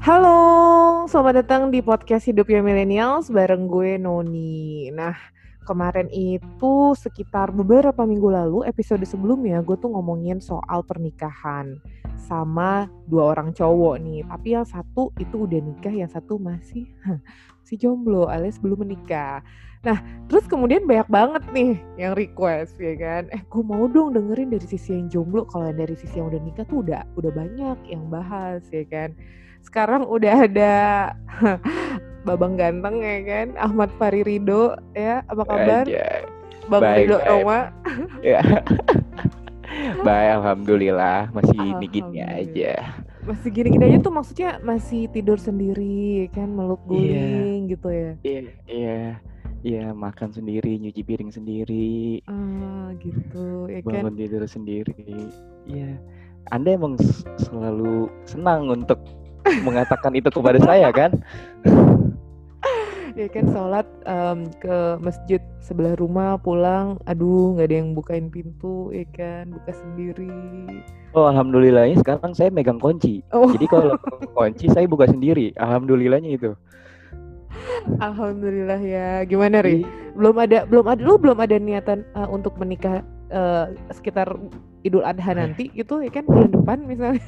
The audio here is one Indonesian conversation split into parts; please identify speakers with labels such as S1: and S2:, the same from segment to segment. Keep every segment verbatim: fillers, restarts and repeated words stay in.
S1: Halo, selamat datang di podcast Hidupnya Millennials bareng gue Noni. Nah, kemarin itu sekitar beberapa minggu lalu, episode sebelumnya gue tuh ngomongin soal pernikahan sama dua orang cowok nih. Tapi yang satu itu udah nikah, yang satu masih si jomblo alias belum menikah. Nah, terus kemudian banyak banget nih yang request ya kan. Eh, gue mau dong dengerin dari sisi yang jomblo. Kalau dari sisi yang udah nikah tuh udah udah banyak yang bahas ya kan. Sekarang udah ada Babang Ganteng ya kan, Ahmad Fahri Ridho ya, apa kabar?
S2: Aja.
S1: Bang
S2: Baik,
S1: Ridho
S2: baik.
S1: Roma.
S2: Ya, baik. Alhamdulillah, masih gini-gini
S1: Alhamdulillah.
S2: aja.
S1: Masih gini-gini aja tuh maksudnya masih tidur sendiri ya kan, meluk
S2: Iya,
S1: guling gitu ya.
S2: iya, iya, iya. Makan sendiri, nyuci piring sendiri,
S1: Ah, gitu ya kan.
S2: bangun tidur sendiri. Iya. Anda emang s- selalu senang untuk mengatakan itu kepada saya kan?
S1: Ya kan sholat em, ke masjid sebelah rumah, pulang, aduh nggak ada yang bukain pintu ya kan, buka sendiri.
S2: Oh, alhamdulillahnya sekarang saya megang kunci.
S1: Oh,
S2: Jadi kalau kunci saya buka sendiri. Alhamdulillahnya itu.
S1: alhamdulillah ya. Gimana Ri?
S2: Iya.
S1: Belum ada belum ada lu belum ada niatan uh, untuk menikah uh, sekitar Idul Adha nanti gitu ya kan, bulan depan misalnya.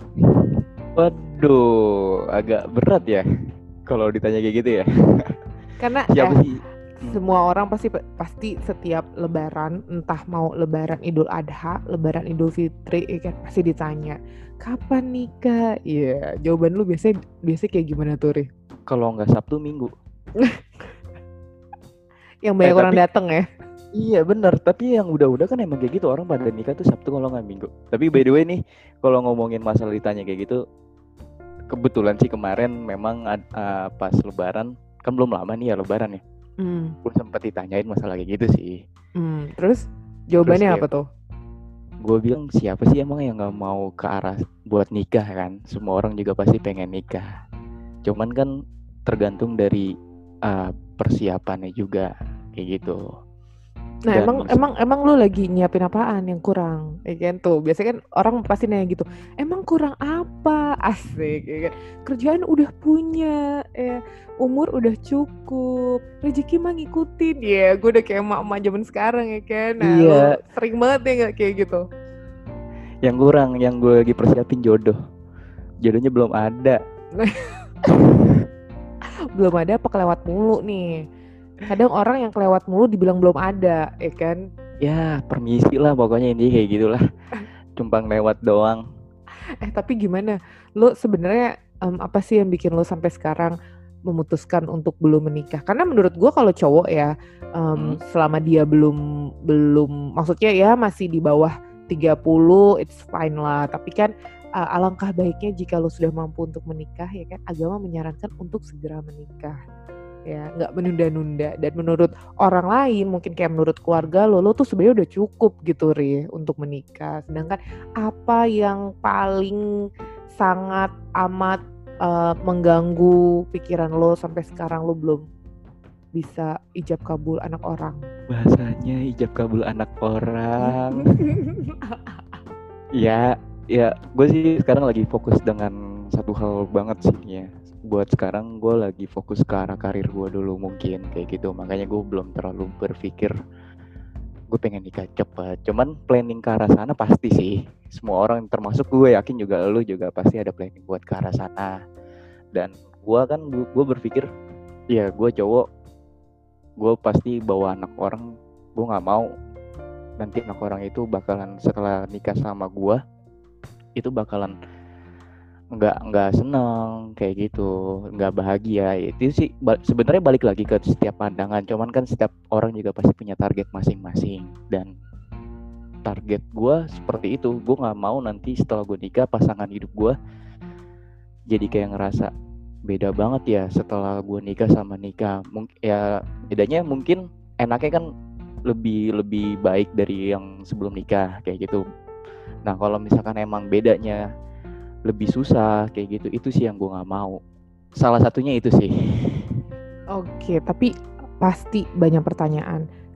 S2: Waduh, agak berat ya kalau ditanya kayak gitu ya.
S1: Karena
S2: Siapa
S1: eh
S2: sih? Hmm.
S1: semua orang pasti pasti setiap lebaran, entah mau lebaran Idul Adha, lebaran Idul Fitri ya kan, pasti ditanya, "Kapan nikah?" Iya, jawaban lu biasanya biasanya kayak gimana tuh, Ri?
S2: Kalau nggak Sabtu Minggu.
S1: Yang
S2: Eh
S1: banyak orang
S2: tapi
S1: dateng ya.
S2: iya bener. Tapi yang udah-udah kan emang kayak gitu, orang pada nikah tuh Sabtu kalau nggak Minggu. Tapi by the way nih, kalau ngomongin masalah ditanya kayak gitu, kebetulan sih kemarin memang ad- uh, pas Lebaran kan belum lama nih ya Lebaran ya.
S1: Hmm.
S2: Gue sempat ditanyain masalah kayak gitu sih.
S1: Hmm. Terus
S2: Terus
S1: jawabannya
S2: kayak
S1: apa tuh?
S2: gue bilang siapa sih emang yang nggak mau ke arah buat nikah kan? Semua orang juga pasti pengen nikah. Cuman kan tergantung dari uh, persiapannya juga kayak gitu.
S1: Nah,
S2: Dan
S1: emang emang emang lu lagi nyiapin apaan yang kurang? Ya kan tuh, biasanya kan orang pasti nanya gitu. Emang kurang apa? Asik, ya kan. Kerjaan udah punya, ya. Umur udah cukup, rezeki mah ngikutin. Ya, yeah, gue udah kayak emak-emak zaman sekarang ya kan. Nah, lu
S2: iya,
S1: sering banget ya nggak kayak gitu?
S2: yang kurang yang gue lagi persiapin jodoh. Jodohnya belum ada.
S1: Belum ada apa kelewat mulu nih. Kadang orang yang kelewat mulu dibilang belum ada, ya kan?
S2: Ya, permisi lah pokoknya intinya kayak gitulah. Cumpang lewat doang.
S1: Eh tapi gimana? Lo sebenarnya um, apa sih yang bikin lo sampai sekarang memutuskan untuk belum menikah? Karena menurut gue kalau cowok ya um,
S2: Hmm?
S1: selama dia belum belum maksudnya ya masih di bawah tiga puluh it's fine lah. Tapi kan uh, alangkah baiknya jika lo sudah mampu untuk menikah ya kan, agama menyarankan untuk segera menikah. Ya, nggak menunda-nunda. Dan menurut orang lain, mungkin kayak menurut keluarga lo, lo tuh sebenarnya udah cukup gitu Ri untuk menikah. Sedangkan apa yang paling sangat amat uh, mengganggu pikiran lo sampai sekarang lo belum bisa ijab kabul anak orang?
S2: Bahasanya ijab kabul anak orang. Ya, ya gue sih sekarang lagi fokus dengan satu hal banget sih ya. Buat sekarang gue lagi fokus ke arah karir gue dulu mungkin kayak gitu. Makanya gue belum terlalu berpikir gue pengen nikah cepet. Cuman planning ke arah sana pasti sih. Semua orang termasuk gue yakin juga lu juga pasti ada planning buat ke arah sana. Dan gue kan gue berpikir ya gue cowok, gue pasti bawa anak orang. Gue nggak mau nanti anak orang itu bakalan setelah nikah sama gue itu bakalan nggak nggak seneng kayak gitu, nggak bahagia. Itu sih ba- sebenarnya balik lagi ke setiap pandangan. Cuman kan setiap orang juga pasti punya target masing-masing. Dan target gue seperti itu. Gue nggak mau nanti setelah gue nikah pasangan hidup gue jadi kayak ngerasa beda banget ya setelah gue nikah sama nikah. Mungkin ya bedanya mungkin enaknya kan lebih lebih baik dari yang sebelum nikah kayak gitu. Nah kalau misalkan emang bedanya lebih susah kayak gitu, itu sih yang gue nggak mau. Salah satunya itu sih.
S1: Oke, tapi pasti banyak pertanyaan.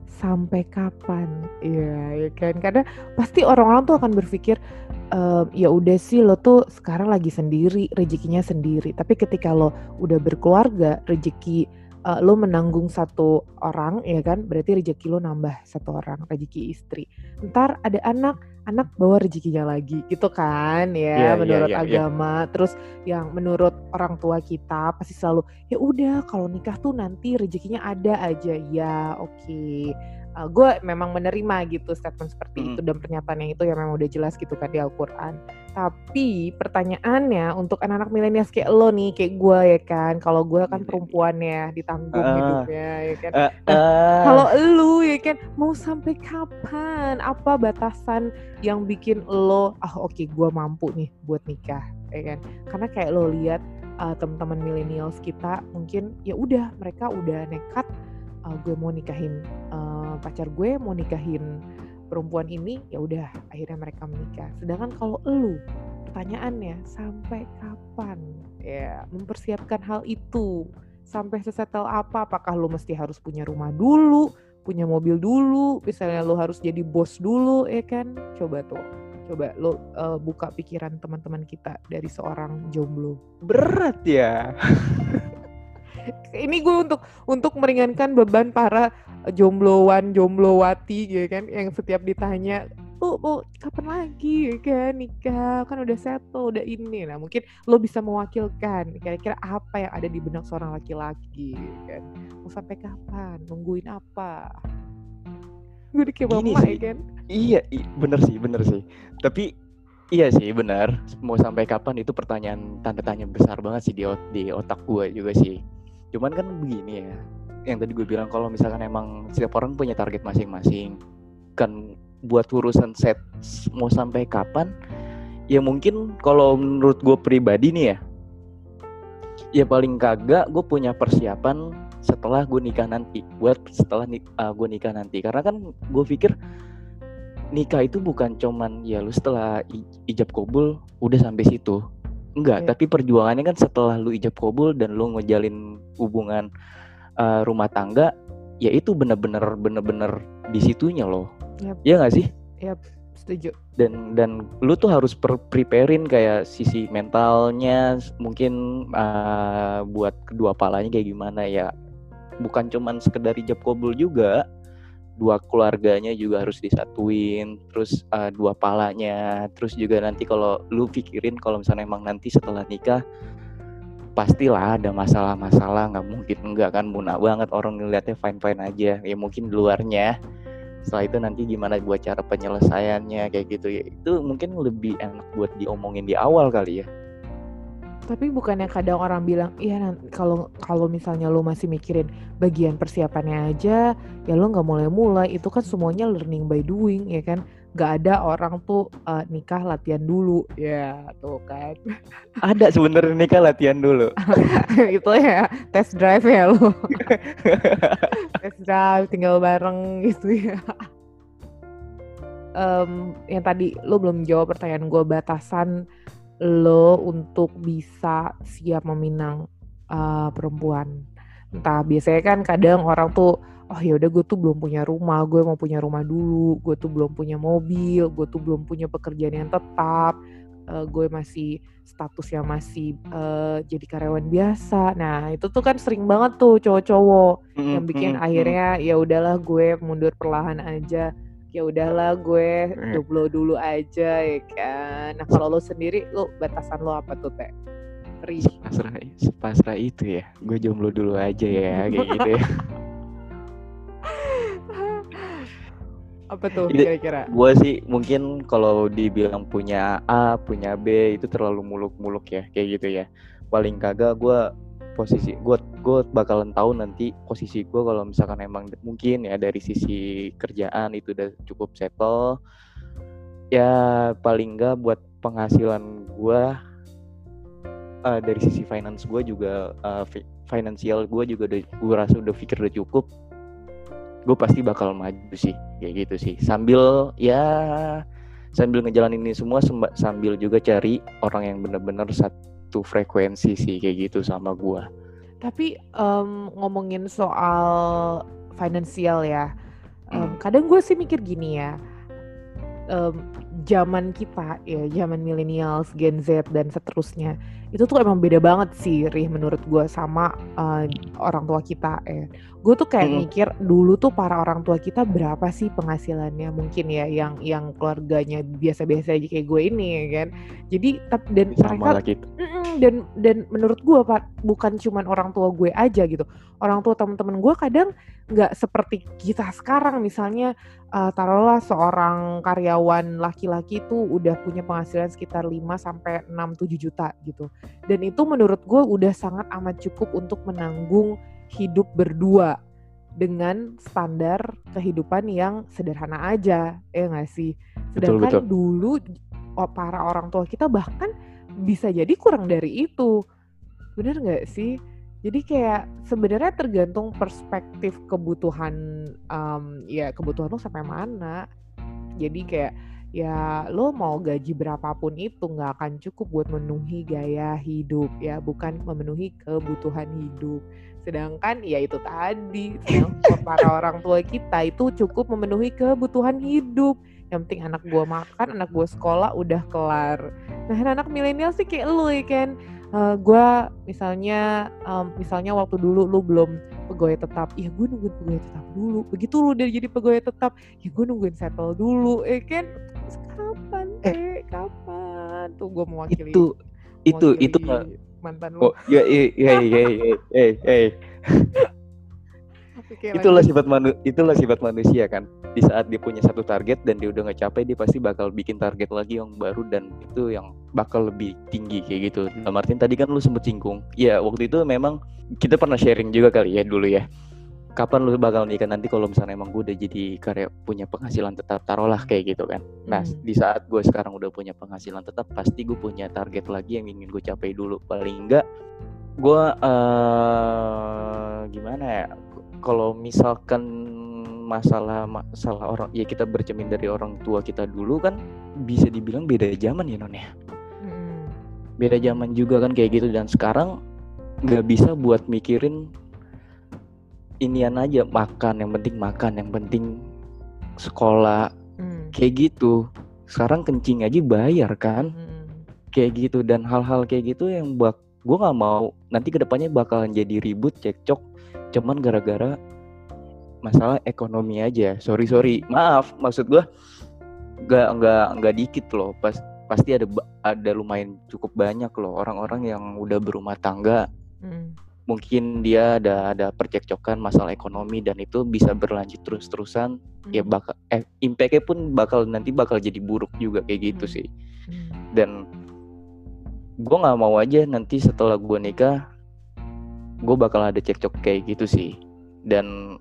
S1: sampai kapan? Iya, ya kan? Karena pasti orang-orang tuh akan berpikir, eee, ya udah sih lo tuh sekarang lagi sendiri, rezekinya sendiri. Tapi ketika lo udah berkeluarga, rezeki, eee, lo menanggung satu orang, ya kan? Berarti rezeki lo nambah satu orang, rezeki istri. Entar ada anak, anak bawa rezekinya lagi, gitu kan
S2: Iya
S1: ya,
S2: iya
S1: menurut
S2: iya iya.
S1: agama. Terus yang menurut orang tua kita pasti selalu, ya udah kalau nikah tuh nanti rezekinya ada aja. Ya oke, eee, gue memang menerima gitu statement seperti itu
S2: Mhm.
S1: dan pernyataan yang itu ya memang udah jelas gitu kan di Al-Quran. Tapi pertanyaannya untuk anak-anak milenials kayak lo nih, kayak gue ya kan, kalau gue kan
S2: Milenial.
S1: perempuan ya, ditanggung
S2: Heeh.
S1: hidupnya ya kan. Nah,
S2: Heeh.
S1: kalau elu ya kan, mau sampai kapan? Apa batasan yang bikin lo, "Ah oke gue mampu nih buat nikah," ya kan. Karena kayak lo lihat, eee, teman-teman milenials kita mungkin ya udah mereka udah nekat, eee, gue mau nikahin, eee, pacar gue, mau nikahin perempuan ini, ya udah akhirnya mereka menikah. Sedangkan kalau elu, pertanyaannya sampai kapan ya mempersiapkan hal itu? Sampai sesettle apa? Apakah lo mesti harus punya rumah dulu, punya mobil dulu, misalnya lo harus jadi bos dulu ya kan? Coba tuh, coba lo, eee, buka pikiran teman-teman kita dari seorang jomblo.
S2: Berat ya.
S1: Ini gue untuk untuk meringankan beban para jomblowan, jomblowati gitu kan, yang setiap ditanya, "Lu mau kapan lagi ya kan nikah? Kan udah settle, udah ini." Nah mungkin lo bisa mewakilkan kira-kira apa yang ada di benak seorang laki-laki gitu kan. Mau sampai kapan? Nungguin apa? Gue udah kayak
S2: Gini
S1: mama ya
S2: sih,
S1: kan.
S2: iya i bener sih bener sih. Tapi iya sih benar, mau sampai kapan itu pertanyaan tanda tanya besar banget sih di ot di otak gue juga sih. Cuman kan begini ya, yang tadi gue bilang kalau misalkan emang setiap orang punya target masing-masing, kan buat urusan set mau sampai kapan, ya mungkin kalau menurut gue pribadi nih ya, ya paling kagak gue punya persiapan setelah gue nikah nanti, buat setelah nik eee, gue nikah nanti. Karena kan gue pikir nikah itu bukan cuman ya lu setelah i ijab kabul udah sampai situ. Enggak,
S1: Iya.
S2: tapi perjuangannya kan setelah lu ijab kabul dan lu ngejalin hubungan, eee, rumah tangga, ya itu bener-bener bener-bener di situnya loh.
S1: Yap.
S2: Iya nggak sih?
S1: Yap, setuju.
S2: Dan dan lu tuh harus per prepare-in kayak sisi mentalnya mungkin, eee, buat kedua palanya kayak gimana ya. Bukan cuman sekedar ijab kabul juga, dua keluarganya juga harus disatuin, terus, eee, dua palanya, terus juga nanti kalau lu pikirin kalau misalnya emang nanti setelah nikah, pastilah ada masalah-masalah, nggak mungkin enggak kan, muna banget orang ngeliatnya fine-fine aja, ya mungkin di luarnya. Setelah itu nanti gimana buat cara penyelesaiannya kayak gitu ya, itu mungkin lebih enak buat diomongin di awal kali ya.
S1: Tapi bukannya kadang orang bilang, iya nan kalau kalau misalnya lo masih mikirin bagian persiapannya aja, ya lo nggak mulai-mulai, itu kan semuanya learning by doing ya kan. Nggak ada orang tuh, eee, nikah latihan dulu, ya tuh kan.
S2: Ada sebenarnya nikah latihan dulu.
S1: Itu ya test drive ya lo. Test drive tinggal bareng gitu ya. Mmm, yang tadi lo belum jawab pertanyaan gue, batasan lo untuk bisa siap meminang, eee, perempuan. Entah biasanya kan kadang orang tuh, "Oh ya udah gue tuh belum punya rumah, gue mau punya rumah dulu, gue tuh belum punya mobil, gue tuh belum punya pekerjaan yang tetap, eee, gue masih statusnya masih, eee, jadi karyawan biasa." Nah itu tuh kan sering banget tuh cowok-cowok yang
S2: Mhm
S1: bikin
S2: mhm mhm.
S1: akhirnya, ya udahlah gue mundur perlahan aja. Ya udahlah gue
S2: Eee,
S1: jomblo dulu aja ya kan. Nah kalau lo sendiri, lo batasan lo apa tuh, Teh? Ri.
S2: sepasrah sepasrah itu ya, gue jomblo dulu aja ya, kayak gitu ya.
S1: Apa tuh
S2: Ide
S1: kira-kira?
S2: gue sih mungkin kalau dibilang punya A, punya B itu terlalu muluk-muluk ya, kayak gitu ya. Paling kagak gue posisi gue gue bakalan tahu nanti posisi gue kalau misalkan emang mungkin ya dari sisi kerjaan itu udah cukup settle, ya paling enggak buat penghasilan gue, eee, dari sisi finance gue juga, eee, fi finansial gue juga udah gue rasa udah pikir udah cukup, gue pasti bakal maju sih, kayak gitu sih. Sambil ya sambil ngejalanin ini semua semba sambil juga cari orang yang bener-bener satu frekuensi sih, kayak gitu sama gue.
S1: Tapi, mmm, ngomongin soal finansial ya, kadang gue sih mikir gini ya, um, zaman kita ya, zaman millennials, Gen Z dan seterusnya, itu tuh emang beda banget sih, Rih, menurut gue sama uh, orang tua kita ya. Gue tuh kayak
S2: Mm-mm.
S1: mikir dulu tuh para orang tua kita berapa sih penghasilannya, mungkin ya yang yang keluarganya biasa-biasa aja kayak gue ini ya kan. Jadi tap- dan
S2: Sama
S1: mereka
S2: lah kita.
S1: mm-mm, dan dan menurut gue Pak, bukan cuman orang tua gue aja gitu. Orang tua teman-teman gue kadang nggak seperti kita sekarang, misalnya uh, taruhlah seorang karyawan laki-laki tuh udah punya penghasilan sekitar lima sampai enam tujuh juta gitu. Dan itu menurut gue udah sangat amat cukup untuk menanggung hidup berdua dengan standar kehidupan yang sederhana aja, ya nggak sih?
S2: Betul,
S1: Sedangkan
S2: betul.
S1: dulu oh, para orang tua kita bahkan bisa jadi kurang dari itu, bener nggak sih? Jadi kayak sebenarnya tergantung perspektif kebutuhan, um, ya kebutuhan lo sampai mana. Jadi kayak ya lo mau gaji berapapun itu nggak akan cukup buat memenuhi gaya hidup ya, bukan memenuhi kebutuhan hidup. Sedangkan ya itu tadi, sedangkan para orang tua kita itu cukup memenuhi kebutuhan hidup. Yang penting anak gue makan, anak gue sekolah, udah kelar. Nah anak milenial sih kayak lo ya kan. Uh, gue misalnya um, misalnya waktu dulu lu belum pegawai tetap, ya gue nungguin pegawai tetap dulu. Begitu lu udah jadi pegawai tetap, ya gue nungguin settle dulu, eh kan. Terus kapan
S2: Eh,
S1: eh kapan tuh gue mewakili
S2: itu itu
S1: mewakili
S2: itu nggak.
S1: mantan lu.
S2: Oh, ya, iya, iya, iya, iya, iya, iya.
S1: Oke,
S2: Itulah
S1: lanjut.
S2: sifat manu itulah sifat manusia kan. Di saat dia punya satu target dan dia udah nggak capai, dia pasti bakal bikin target lagi yang baru dan itu yang bakal lebih tinggi kayak gitu. Nah, Martin tadi kan lu sempet singgung. Ya, waktu itu memang kita pernah sharing juga kali ya dulu ya. Kapan lu bakal nikah nanti kalau misalnya emang gue udah jadi karya punya penghasilan tetap, taruhlah kayak gitu kan. Nah,
S1: Hmm.
S2: di saat gue sekarang udah punya penghasilan tetap, pasti gue punya target lagi yang ingin gue capai dulu. Paling enggak gue uh, gimana ya, kalau misalkan masalah masalah orang ya, kita bercermin dari orang tua kita dulu kan bisa dibilang beda zaman ya non ya.
S1: Hmm.
S2: Beda zaman juga kan kayak gitu, dan sekarang nggak bisa buat mikirin inian aja, makan yang penting makan yang penting sekolah
S1: Hmm.
S2: kayak gitu. Sekarang kencing aja bayar kan.
S1: Hmm.
S2: Kayak gitu, dan hal-hal kayak gitu yang bak gue nggak mau nanti kedepannya bakalan jadi ribut cekcok cuman gara-gara masalah ekonomi aja. Sorry sorry maaf, maksud gue nggak nggak nggak dikit loh, pas pasti ada ada lumayan cukup banyak loh orang-orang yang udah berumah tangga.
S1: Hmm.
S2: Mungkin dia ada ada percekcokan masalah ekonomi dan itu bisa berlanjut terus-terusan. Hmm. Ya bakal eh impact-nya pun bakal nanti bakal jadi buruk juga kayak gitu. Hmm. sih. Hmm. Dan gue nggak mau aja nanti setelah gue nikah gue bakal ada cekcok kayak gitu sih. Dan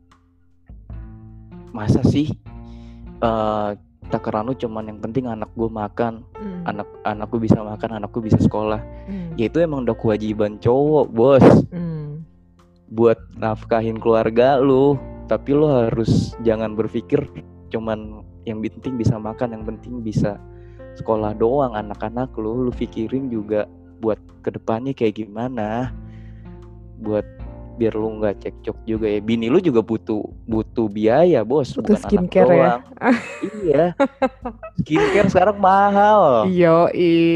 S2: masa sih uh, takaran lu cuman yang penting anak gue makan, hmm. anak anak gue bisa makan, anak gue bisa sekolah. Hmm. Ya itu emang udah kewajiban cowok bos. Hmm. Buat nafkahin keluarga lu. Tapi lu harus jangan berpikir cuman yang penting bisa makan, yang penting bisa sekolah doang anak-anak lu. Lu pikirin juga buat kedepannya kayak gimana, buat biar lu nggak cekcok juga ya. Bini lu juga butuh butuh biaya bos,
S1: butuh
S2: bukan
S1: skincare
S2: anak
S1: ya.
S2: doang. Iya, skincare sekarang mahal.
S1: Iya,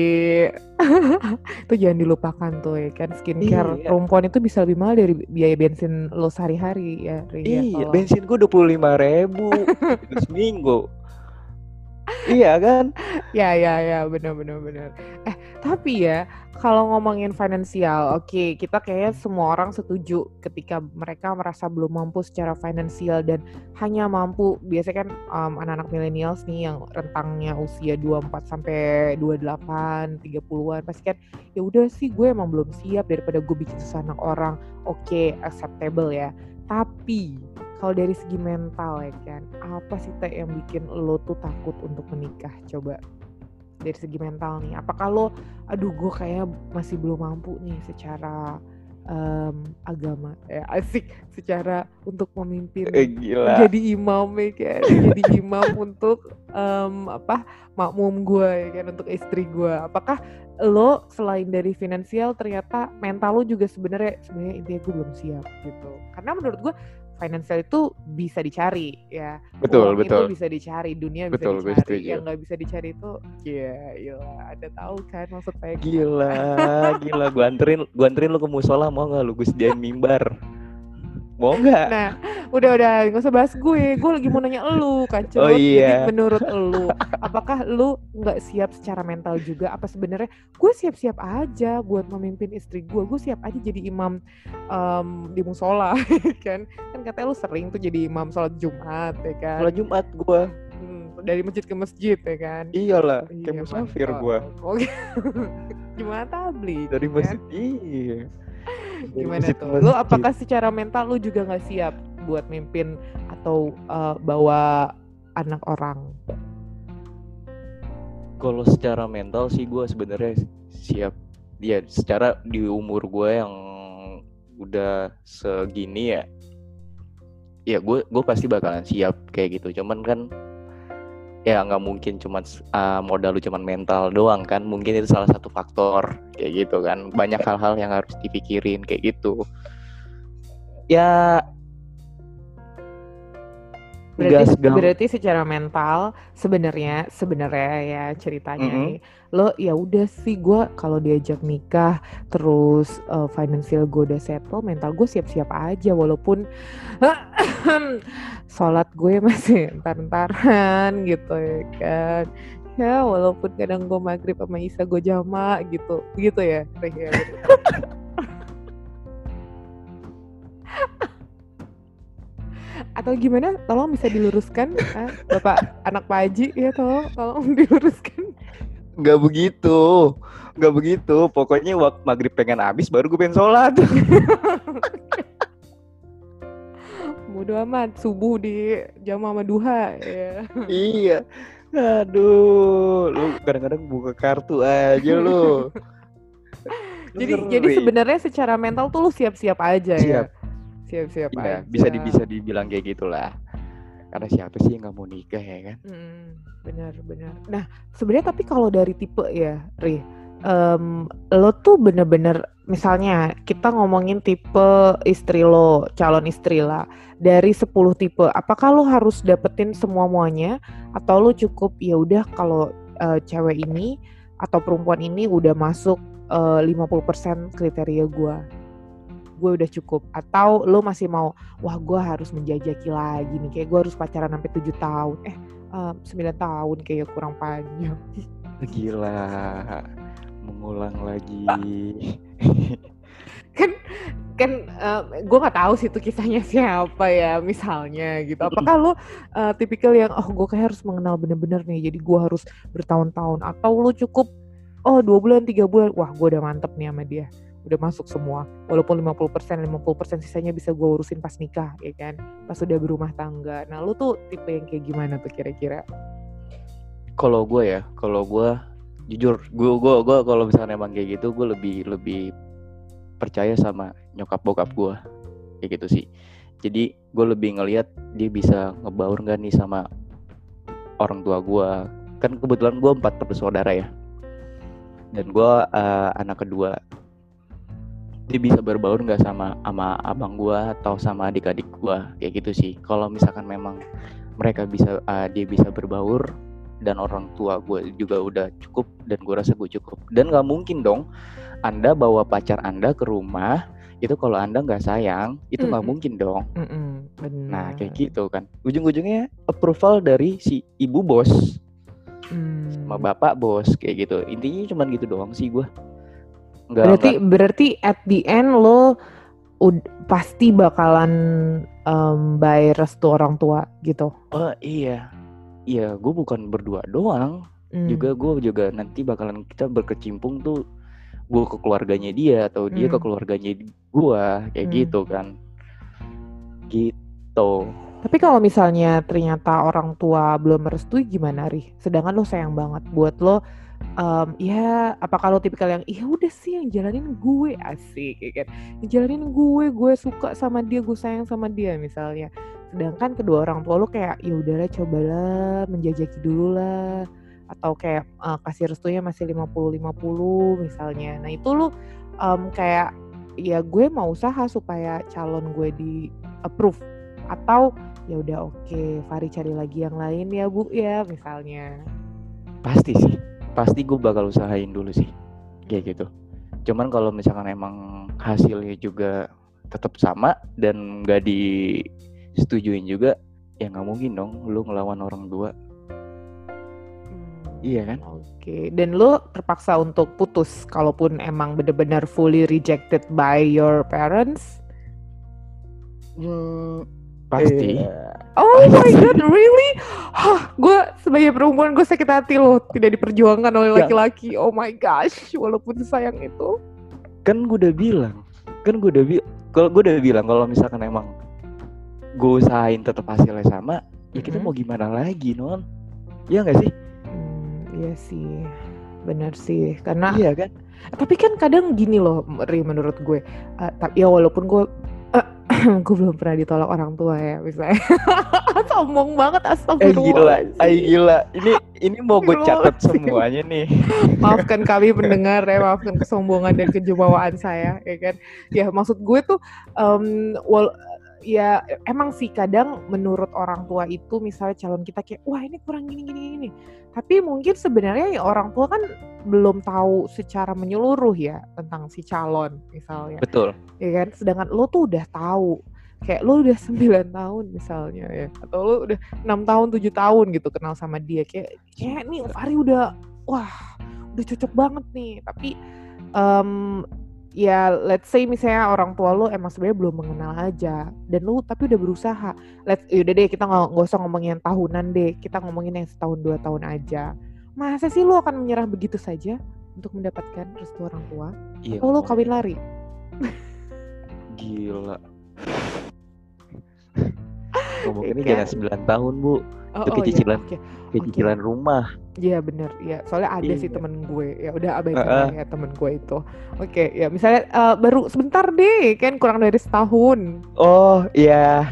S1: itu jangan dilupakan tuh ya kan, skincare iya. Perempuan itu bisa lebih mahal dari biaya bensin lo sehari-hari ya.
S2: Iya, bensin gue dua puluh lima ribu seminggu. Iya kan?
S1: Ya ya ya, benar-benar benar. Eh tapi ya kalau ngomongin finansial, oke okay, kita kayaknya semua orang setuju ketika mereka merasa belum mampu secara finansial dan hanya mampu, biasanya kan um, anak-anak millennials nih yang rentangnya usia dua puluh empat sampai dua puluh delapan, tiga puluhan pasti kan ya udah sih gue emang belum siap daripada gue bikin susah anak orang. Oke, okay, acceptable ya. Tapi kalau dari segi mental ya kan, apa sih Teh yang bikin lo tuh takut untuk menikah? Coba dari segi mental nih, apakah lo, aduh gue kayak masih belum mampu nih secara um, agama, ya asik, secara untuk memimpin,
S2: eh, gila.
S1: jadi imam ya kan, jadi imam untuk um, apa makmum gue ya kan, untuk istri gue. Apakah lo selain dari finansial ternyata mental lo juga sebenarnya sebenarnya intinya gue belum siap gitu? Karena menurut gue financial itu bisa dicari ya.
S2: Betul,
S1: Uang
S2: betul.
S1: itu bisa dicari, dunia bisa
S2: Betul, gue
S1: dicari.
S2: setuju.
S1: Yang nggak bisa dicari itu, ya, gila. Ada tahu kan maksud saya gimana?
S2: Gila, gila. Gue anterin, gue anterin lu ke musola, mau nggak lu gue sediain mimbar? Mau nggak?
S1: Nah, udah-udah nggak usah bahas gue. Gue lagi mau nanya elu, Kacrut.
S2: Oh iya.
S1: Jadi menurut elu, apakah lu nggak siap secara mental juga? Apa sebenarnya gue siap-siap aja buat memimpin istri gue. Gue siap aja jadi imam um, di musola, kan? Kan katanya lu sering tuh jadi imam sholat Jumat, ya kan?
S2: Sholat Jumat gue.
S1: Hmm, dari masjid ke masjid, ya kan?
S2: Iyalah,
S1: Iya,
S2: kayak musafir
S1: mantap.
S2: gue.
S1: Oh, Gimana tabligh?
S2: Dari
S1: kan?
S2: masjid, iya. Dari
S1: Gimana
S2: masjid ke
S1: tuh?
S2: masjid.
S1: Lu apakah secara mental lu juga nggak siap buat mimpin atau uh, bawa anak orang?
S2: Kalau secara mental sih gue sebenarnya siap. Ya, secara di umur gue yang udah segini ya, ya gue gue pasti bakalan siap kayak gitu. Cuman kan ya nggak mungkin cuman uh, modal lu cuman mental doang kan, mungkin itu salah satu faktor kayak gitu kan. Banyak hal-hal yang harus dipikirin kayak gitu ya.
S1: Berarti
S2: Gas,
S1: berarti secara mental sebenarnya sebenarnya ya ceritanya
S2: mm-hmm.
S1: nih, lo ya udah sih gue kalau diajak nikah terus uh, financial gue udah settle, mental gue siap-siap aja walaupun sholat gue masih entar-entaran gitu ya kan. Ya walaupun kadang gue maghrib sama Isya gue jama gitu, gitu ya. ya Atau gimana? Tolong bisa diluruskan, ah, Bapak anak Pak Haji ya, tolong tolong diluruskan.
S2: Gak begitu, gak begitu. Pokoknya waktu maghrib pengen habis baru gue pengen sholat.
S1: Bodo amat, subuh di jam sama duha ya.
S2: Iya. Aduh, lu kadang-kadang buka kartu aja lu.
S1: jadi jadi sebenarnya secara mental tuh lu siap-siap aja
S2: siap.
S1: ya. Siap-siap
S2: iya,
S1: aja.
S2: Bisa di, bisa dibilang kayak gitulah. Karena siapa sih yang nggak mau nikah ya kan?
S1: Hmm, benar-benar. Nah, sebenarnya tapi kalau dari tipe ya, Ri, um, lo tuh bener-bener misalnya kita ngomongin tipe istri lo, calon istri lah. Dari sepuluh tipe, apakah lo harus dapetin semua-muanya atau lo cukup ya udah kalau uh, cewek ini atau perempuan ini udah masuk uh, lima puluh persen kriteria gue? Gue udah cukup, atau lo masih mau wah gue harus menjajaki lagi nih, kayak gue harus pacaran sampai tujuh tahun eh um, sembilan tahun kayak kurang panjang.
S2: Gila, mengulang lagi.
S1: kan kan uh, gue nggak tahu sih itu kisahnya siapa ya misalnya gitu. Apakah lo uh, tipikal yang oh gue kayak harus mengenal bener-bener nih jadi gue harus bertahun-tahun, atau lo cukup oh dua bulan tiga bulan wah gue udah mantep nih sama dia, udah masuk semua, walaupun lima puluh persen lima puluh persen sisanya bisa gue urusin pas nikah ya kan, pas udah berumah tangga. Nah lu tuh tipe yang kayak gimana tuh kira-kira?
S2: Kalau gue ya, kalau gue jujur, gue gue gue kalau misalnya emang kayak gitu, gue lebih lebih percaya sama nyokap bokap gue kayak gitu sih. Jadi gue lebih ngelihat dia bisa ngebaur nggak nih sama orang tua gue. Kan kebetulan gue empat bersaudara ya, dan gue uh, anak kedua. Dia bisa berbaur nggak sama sama abang gue atau sama adik-adik gue kayak gitu sih. Kalau misalkan memang mereka bisa uh, dia bisa berbaur dan orang tua gue juga udah cukup dan gue rasa gue cukup. Dan nggak mungkin dong Anda bawa pacar Anda ke rumah itu kalau Anda nggak sayang, itu nggak mm-hmm. mungkin dong.
S1: Mm-hmm.
S2: Nah kayak gitu kan. Ujung-ujungnya approval dari si ibu bos mm. sama bapak bos kayak gitu. Intinya cuma gitu doang sih gue. Enggak,
S1: berarti
S2: enggak.
S1: berarti at the end lo ud- pasti bakalan um, by restu orang tua gitu.
S2: Oh iya, iya gue bukan berdua doang, mm. juga gue juga nanti bakalan kita berkecimpung tuh, gue ke keluarganya dia atau dia mm. ke keluarganya gue kayak mm. gitu kan, gitu.
S1: Tapi kalau misalnya ternyata orang tua belum merestui gimana, Ri? Sedangkan lo sayang banget buat lo. Um, ya apakah lo tipikal yang iya udah sih yang jalanin gue, asik ya kan, yang jalanin gue gue suka sama dia, gue sayang sama dia misalnya, sedangkan kedua orang tua lo kayak ya udahlah cobalah menjajaki dulu lah, atau kayak uh, kasih restunya masih lima puluh lima puluh misalnya. Nah itu lo um, kayak ya gue mau usaha supaya calon gue di approve Atau ya udah oke, Fari cari lagi yang lain ya Bu ya misalnya.
S2: Pasti sih, pasti gue bakal usahain dulu sih, kayak gitu. Cuman kalau misalkan emang hasilnya juga tetap sama dan nggak disetujuin juga, ya nggak mungkin dong lu ngelawan orang tua.
S1: Hmm,
S2: Iya kan?
S1: Oke, dan lu terpaksa untuk putus kalaupun emang benar-benar fully rejected by your parents?
S2: Hmm, pasti.
S1: Iya. Oh my god, really? Hah, gue sebagai perempuan gue sakit hati loh tidak diperjuangkan oleh
S2: Ya.
S1: laki-laki. Oh my gosh, walaupun sayang itu.
S2: Kan gue udah bilang, kan gue udah bilang, kalau gue udah bilang kalau misalkan emang gue usahain tetap hasilnya sama, ya kita
S1: Mm-mm.
S2: mau gimana lagi, non? Iya nggak sih?
S1: Hmm, iya sih, benar sih. Karena
S2: Iya kan?
S1: tapi kan kadang gini loh, Ri, menurut gue, uh, tapi ya walaupun gue gue belum pernah ditolak orang tua ya misalnya. Sombong banget,
S2: Eh gila,
S1: astagfirullahaladzim.
S2: ay gila. Ini ini mau gue catat
S1: Astagfirullahaladzim.
S2: semuanya nih.
S1: Maafkan kami pendengar ya, maafkan kesombongan dan kejumawaan saya, ya kan. Ya maksud gue tuh, um, wal, ya emang sih kadang menurut orang tua itu misalnya calon kita kayak, wah ini kurang gini gini gini. Tapi mungkin sebenarnya ya orang tua kan belum tahu secara menyeluruh ya tentang si calon misalnya.
S2: Betul.
S1: Ya kan, sedangkan lo tuh udah tahu, kayak lo udah sembilan tahun misalnya ya, atau lo udah enam tahun, tujuh tahun gitu kenal sama dia, kayak kayak nih Fari udah, wah udah cocok banget nih, tapi um, ya let's say misalnya orang tua lo emang sebenarnya belum mengenal aja, dan lo tapi udah berusaha, let's, yaudah deh kita nggak usah ngomongin yang tahunan deh, kita ngomongin yang setahun dua tahun aja. Masa sih lo akan menyerah begitu saja untuk mendapatkan restu orang tua?
S2: Iya.
S1: Atau lo kawin lari?
S2: Gila. Ngomong ini jangan sembilan tahun Bu.
S1: Oh,
S2: Itu
S1: oh,
S2: kayak cicilan,
S1: iya,
S2: kayak
S1: okay.
S2: cicilan rumah.
S1: Iya bener, ya soalnya ada
S2: iya.
S1: sih temen gue, ya udah abaikan
S2: uh-uh.
S1: ya temen gue itu. Oke, okay, ya misalnya uh, baru sebentar deh, kan kurang dari setahun.
S2: Oh iya.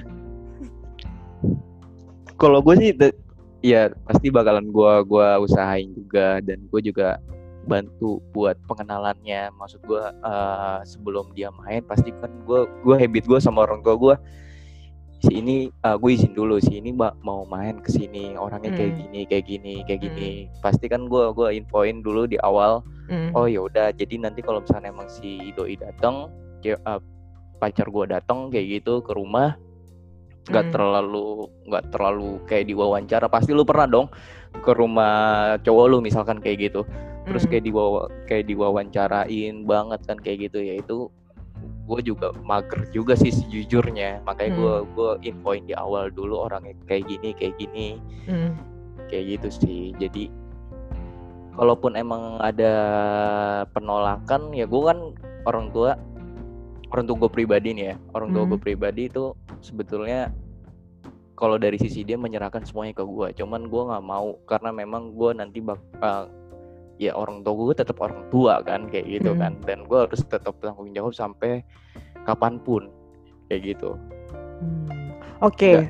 S2: Kalau gue sih, de- ya pasti bakalan gue gue usahain juga, dan gue juga bantu buat pengenalannya. Maksud gue uh, sebelum dia main pasti kan gue gue habit gue sama orang tua gue, si ini uh, gue izin dulu, si ini mbak mau main kesini, orangnya kayak
S1: Hmm.
S2: gini kayak gini kayak gini.
S1: Hmm.
S2: Pasti kan gue gue infoin dulu di awal.
S1: Hmm.
S2: Oh ya udah, jadi nanti kalau misalnya emang si doi datang, uh, pacar gue datang kayak gitu ke rumah, nggak
S1: Hmm.
S2: terlalu nggak terlalu kayak diwawancara. Pasti lu pernah dong ke rumah cowok lu misalkan kayak gitu, terus
S1: Hmm.
S2: kayak diwawancara kayak diwawancarain banget kan kayak gitu. Ya itu gue juga mager juga sih sejujurnya, makanya gue
S1: Hmm.
S2: gue infoin di awal dulu orangnya kayak gini kayak gini.
S1: Hmm.
S2: Kayak gitu sih. Jadi kalaupun emang ada penolakan, ya gue kan orang tua orang tua gue pribadi nih ya, orang tua
S1: Hmm.
S2: gue pribadi itu sebetulnya kalau dari sisi dia menyerahkan semuanya ke gue, cuman gue nggak mau karena memang gue nanti bak uh, ya orang tua gue tetap orang tua kan kayak gitu. Hmm. Kan, dan gue harus tetap tanggung jawab sampai kapanpun kayak gitu.
S1: Hmm. Oke, okay.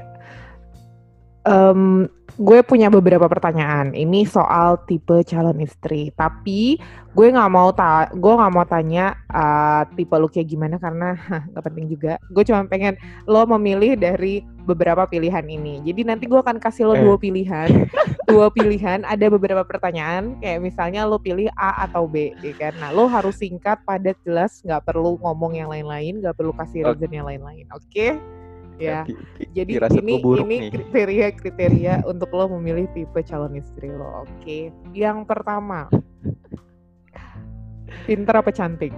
S1: um, gue punya beberapa pertanyaan. Ini soal tipe calon istri. Tapi gue nggak mau ta, gue nggak mau tanya uh, tipe lu kayak gimana karena nggak penting juga. Gue cuma pengen lo memilih dari beberapa pilihan ini. Jadi nanti gue akan kasih lo eh. dua pilihan, dua pilihan. Ada beberapa pertanyaan. Kayak misalnya lo pilih A atau B, ya kan? Nah, lo harus singkat, padat, jelas. Nggak perlu ngomong yang lain-lain, nggak perlu kasih reason yang lain-lain. Oke? Okay? Ya, jadi ini ini kriteria-kriteria untuk lo memilih tipe calon istri lo. Oke, okay. Yang pertama, pinter apa cantik?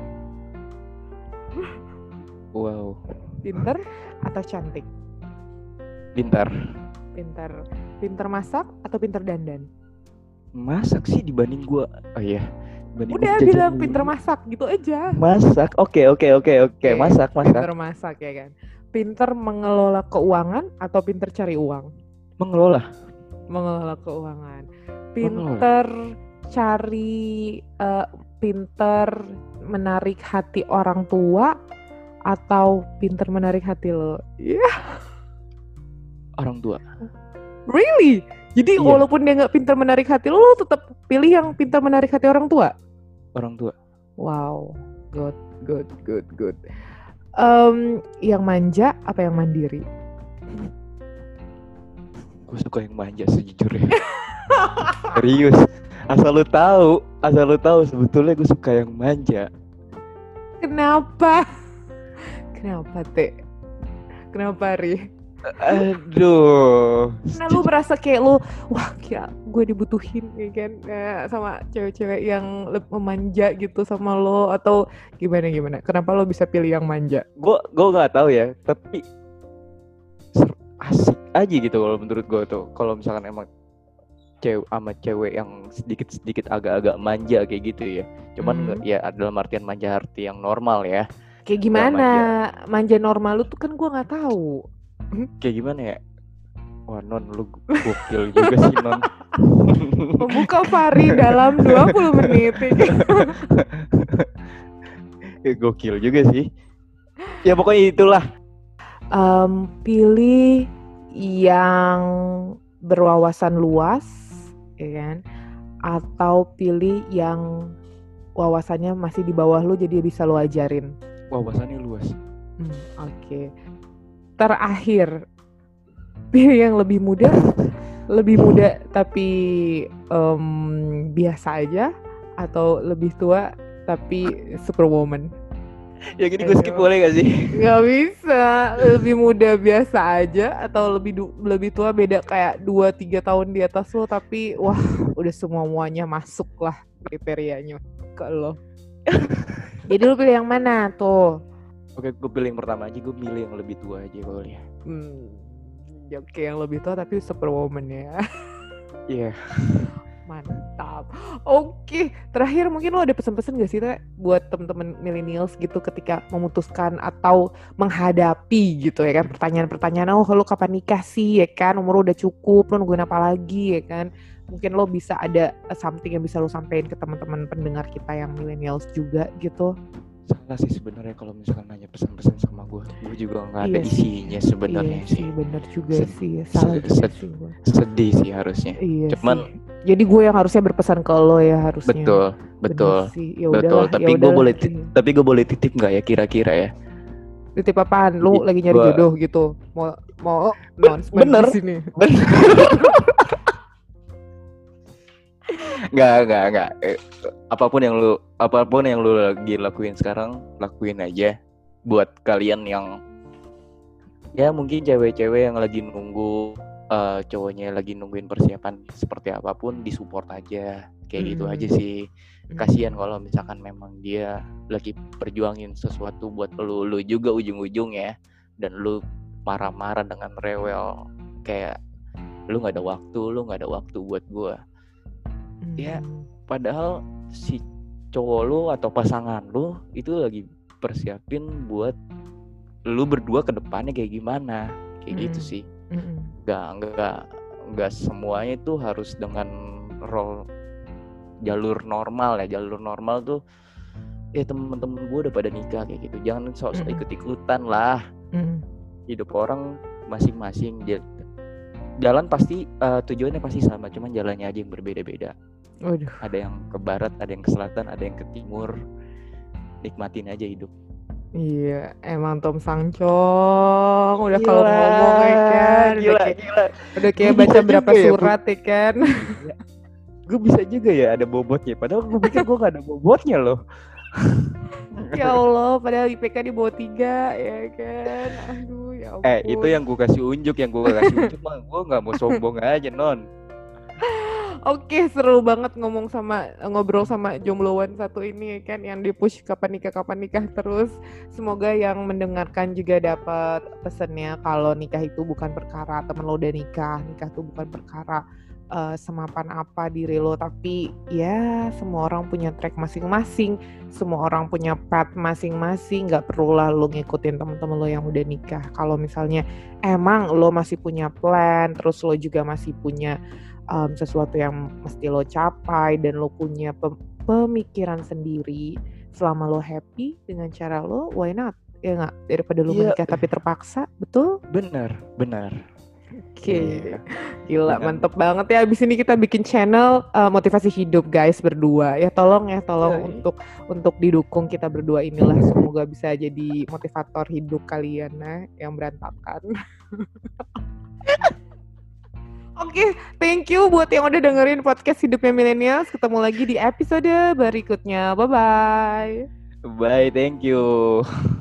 S2: Wow.
S1: Pinter atau cantik?
S2: Pinter.
S1: Pinter. Pinter masak atau pinter dandan?
S2: Masak sih dibanding gue. Oh iya. Dibanding
S1: udah bilang pinter masak gitu aja.
S2: Masak, oke okay, oke okay, oke okay, oke. Okay. Masak masak.
S1: Pinter masak ya kan. Pinter mengelola keuangan atau pinter cari uang?
S2: Mengelola.
S1: Mengelola keuangan. Pinter mengelola. Cari, uh, pinter menarik hati orang tua atau pinter menarik hati lo? Iya. Yeah.
S2: Orang tua.
S1: Really? Jadi yeah. Walaupun dia nggak pinter menarik hati lo, lo tetap pilih yang pinter menarik hati orang tua?
S2: Orang tua.
S1: Wow, good, good, good, good. Um, yang manja apa yang mandiri?
S2: Gue suka yang manja sejujurnya. Serius. Asal lu tahu, asal lu tahu sebetulnya gue suka yang manja.
S1: Kenapa? Kenapa, Teh? Kenapa, Ri?
S2: Aduh.
S1: Nah, lu merasa kayak lu, wah kayak gue dibutuhin ya kan, eh, sama cewek-cewek yang lebih memanja gitu sama lo, atau gimana gimana? Kenapa lo bisa pilih yang manja?
S2: Gue gue nggak tahu ya, tapi ser- asik aja gitu kalau menurut gue tuh. Kalau misalkan emang cewek sama cewek yang sedikit-sedikit agak-agak manja kayak gitu ya. Cuman
S1: Hmm.
S2: ya dalam artian manja arti yang normal ya.
S1: Kayak
S2: Nggak
S1: gimana?
S2: manja.
S1: Manja normal lu tuh kan gue nggak tahu.
S2: Kayak gimana ya? Wah Non, lu gokil juga sih Non.
S1: Membuka Fahri dalam dua puluh menit.
S2: Ya, gokil juga sih. Ya pokoknya itulah.
S1: Um, pilih yang berwawasan luas, ya kan? Atau pilih yang wawasannya masih di bawah lu jadi bisa lu ajarin.
S2: Wawasannya luas.
S1: Hmm, Oke. Okay. Terakhir, pilih yang lebih muda, lebih muda tapi um, biasa aja, atau lebih tua tapi superwoman.
S2: Ya gini gue skip boleh gak sih?
S1: Gak bisa. Lebih muda biasa aja, atau lebih du- lebih tua beda kayak dua tiga tahun di atas lo, tapi wah udah semua-muanya masuk lah kriterianya ke lo. Jadi lo pilih yang mana tuh?
S2: Oke, gue pilih yang pertama aja. Gue milih yang lebih tua aja kalau ya.
S1: Hmm, Oke, yang lebih tua tapi superwoman ya.
S2: Iya. Yeah.
S1: Mantap. Oke, terakhir mungkin lo ada pesan-pesan gak sih Teh buat temen-temen millennials gitu ketika memutuskan atau menghadapi gitu ya kan pertanyaan-pertanyaan, oh lo kapan nikah sih ya kan, umur lo udah cukup, lo nungguin apa lagi ya kan. Mungkin lo bisa ada something yang bisa lo sampein ke teman-teman pendengar kita yang millennials juga gitu.
S2: Salah sih sebenarnya kalau misalkan nanya pesan-pesan sama gue, gue juga nggak ada
S1: Iya
S2: isinya sebenarnya
S1: iya
S2: sih.
S1: Iya bener juga
S2: Sed-
S1: sih, salah
S2: sed-
S1: juga
S2: sed-
S1: sih gue.
S2: Sedih sih harusnya.
S1: Iya
S2: Cuman
S1: sih. Jadi gue yang harusnya berpesan ke lo ya harusnya.
S2: betul, betul,
S1: Bener sih. Ya
S2: betul.
S1: udahlah,
S2: Tapi
S1: ya
S2: gue
S1: udahlah.
S2: boleh, ti- tapi gue boleh titip nggak ya kira-kira ya?
S1: Titip apaan? Lu
S2: Jadi
S1: lagi nyari
S2: gua-
S1: jodoh gitu? Mau mau announcement
S2: bener.
S1: di sini?
S2: Nggak, nggak, nggak. Eh, apapun yang lu, apapun yang lu lagi lakuin sekarang, lakuin aja. Buat kalian yang, ya mungkin cewek-cewek yang lagi nunggu, uh, cowoknya lagi nungguin persiapan seperti apapun, disupport aja. Kayak gitu
S1: Hmm.
S2: aja sih. Kasian kalau misalkan memang dia lagi perjuangin sesuatu buat lu, lu juga ujung-ujungnya, dan lu marah-marah dengan rewel kayak lu nggak ada waktu, lu nggak ada waktu buat gua.
S1: Hmm.
S2: Ya, padahal si cowok lu atau pasangan lu itu lagi persiapin buat lu berdua ke depannya kayak gimana, kayak
S1: Mm-mm.
S2: gitu sih.
S1: Mm-mm.
S2: Nggak nggak nggak semuanya itu harus dengan role jalur normal ya. Jalur normal tuh ya temen-temen gue udah pada nikah kayak gitu. Jangan sok-sok
S1: Mm-mm.
S2: ikut-ikutan lah.
S1: Mm.
S2: Hidup orang masing-masing. Dia- jalan pasti uh, tujuannya pasti sama, cuman jalannya aja yang berbeda-beda.
S1: Waduh.
S2: Ada yang ke barat, ada yang ke selatan, ada yang ke timur. Nikmatin aja hidup.
S1: Iya, emang Tom Sangcong udah
S2: Gila,
S1: kalau ngomong ya kan,
S2: gila,
S1: udah kayak,
S2: gila.
S1: udah kayak
S2: Gua
S1: baca
S2: bisa
S1: berapa
S2: juga ya,
S1: surat ya kan.
S2: Gue bisa juga ya ada bobotnya, padahal gue pikir gue gak ada bobotnya loh.
S1: Ya Allah, padahal I P K di bawah tiga ya kan. Aduh, ya ampun.
S2: Eh itu yang gue kasih unjuk, yang gue kasih unjuk mah gue gak mau sombong aja Non.
S1: Oke, seru banget ngomong sama ngobrol sama jombloan satu ini kan, yang di push kapan nikah kapan nikah terus. Semoga yang mendengarkan juga dapat pesannya kalau nikah itu bukan perkara temen lo udah nikah, nikah itu bukan perkara uh, semapan apa diri lo, tapi ya semua orang punya track masing-masing, semua orang punya path masing-masing. Nggak perlu lah lo ngikutin temen-temen lo yang udah nikah. Kalau misalnya emang lo masih punya plan, terus lo juga masih punya Um, sesuatu yang mesti lo capai dan lo punya pem- pemikiran sendiri, selama lo happy dengan cara lo, why not? Ya nggak, daripada lo
S2: Iya.
S1: menikah tapi terpaksa, betul?
S2: Benar, benar.
S1: Oke,
S2: Iya.
S1: gila
S2: Dengan-
S1: mantep banget ya. Abis ini kita bikin channel uh, motivasi hidup guys berdua. Ya tolong ya tolong
S2: Iya.
S1: untuk untuk didukung kita berdua inilah. Semoga bisa jadi motivator hidup kalian nah yang berantakan. Oke, thank you buat yang udah dengerin podcast Hidupnya Millennials. Ketemu lagi di episode berikutnya. Bye-bye.
S2: Bye, thank you.